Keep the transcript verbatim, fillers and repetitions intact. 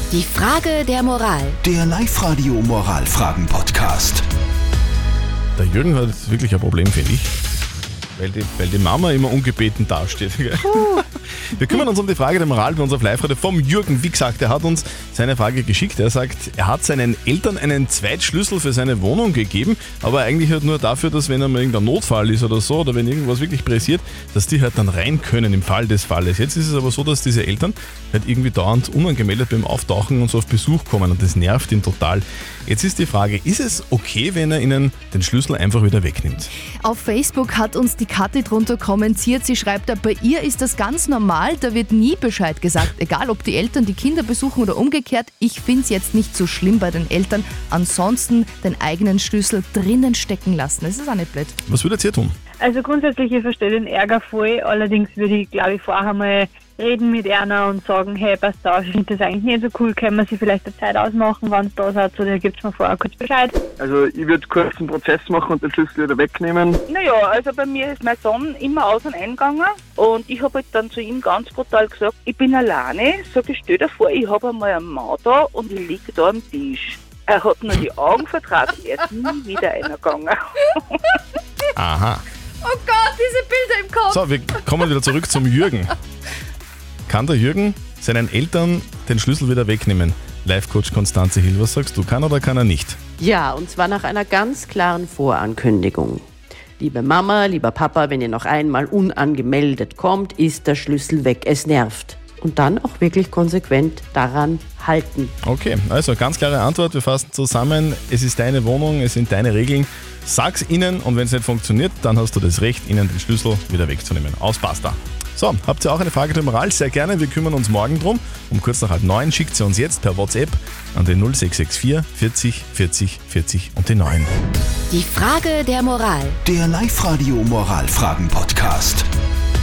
Die Frage der Moral. Der Live-Radio-Moralfragen-Podcast. Der Jürgen hat wirklich ein Problem, finde ich. Weil die, weil die Mama immer ungebeten dasteht. Uh. Wir kümmern uns um die Frage der Moral bei uns auf Live-Radio vom Jürgen. Wie gesagt, er hat uns seine Frage geschickt. Er sagt, er hat seinen Eltern einen Zweitschlüssel für seine Wohnung gegeben, aber eigentlich halt nur dafür, dass wenn einmal irgendein Notfall ist oder so, oder wenn irgendwas wirklich pressiert, dass die halt dann rein können im Fall des Falles. Jetzt ist es aber so, dass diese Eltern halt irgendwie dauernd unangemeldet beim Auftauchen und so auf Besuch kommen und das nervt ihn total. Jetzt ist die Frage, ist es okay, wenn er ihnen den Schlüssel einfach wieder wegnimmt? Auf Facebook hat uns die Kathi drunter kommentiert. Sie schreibt, bei ihr ist das ganz normal, da wird nie Bescheid gesagt. Egal, ob die Eltern die Kinder besuchen oder umgekehrt. Ich finde es jetzt nicht so schlimm bei den Eltern. Ansonsten den eigenen Schlüssel drinnen stecken lassen. Das ist auch nicht blöd. Was würdet ihr tun? Also grundsätzlich, ich verstehe den Ärger voll. Allerdings würde ich, glaube ich, vorher mal reden mit einer und sagen, hey, passt auf, ich finde das eigentlich nicht so cool, können wir sie vielleicht eine Zeit ausmachen, wenn es da seid, oder gibt's mir vorher kurz Bescheid. Also ich würde kurz einen Prozess machen und den Schlüssel wieder wegnehmen. Naja, also bei mir ist mein Sohn immer aus- und eingegangen und ich habe halt dann zu ihm ganz brutal gesagt, ich bin alleine, sag ich, stell dir vor, ich habe einmal einen Mann da und ich liege da am Tisch. Er hat nur die Augen vertragen, er ist nie wieder eingegangen. Aha. Oh Gott, diese Bilder im Kopf. So, wir kommen wieder zurück zum Jürgen. Kann der Jürgen seinen Eltern den Schlüssel wieder wegnehmen? Live-Coach Konstanze Hill, was sagst du? Kann oder kann er nicht? Ja, und zwar nach einer ganz klaren Vorankündigung. Liebe Mama, lieber Papa, wenn ihr noch einmal unangemeldet kommt, ist der Schlüssel weg. Es nervt. Und dann auch wirklich konsequent daran halten. Okay, also ganz klare Antwort. Wir fassen zusammen. Es ist deine Wohnung, es sind deine Regeln. Sag's ihnen und wenn es nicht funktioniert, dann hast du das Recht, ihnen den Schlüssel wieder wegzunehmen. Aus Basta. So, habt ihr auch eine Frage der Moral? Sehr gerne, wir kümmern uns morgen drum. Um kurz nach halb neun schickt sie uns jetzt per WhatsApp an den null sechs sechs vier vierzig vierzig vierzig und den neun. Die Frage der Moral. Der Live-Radio-Moralfragen-Podcast.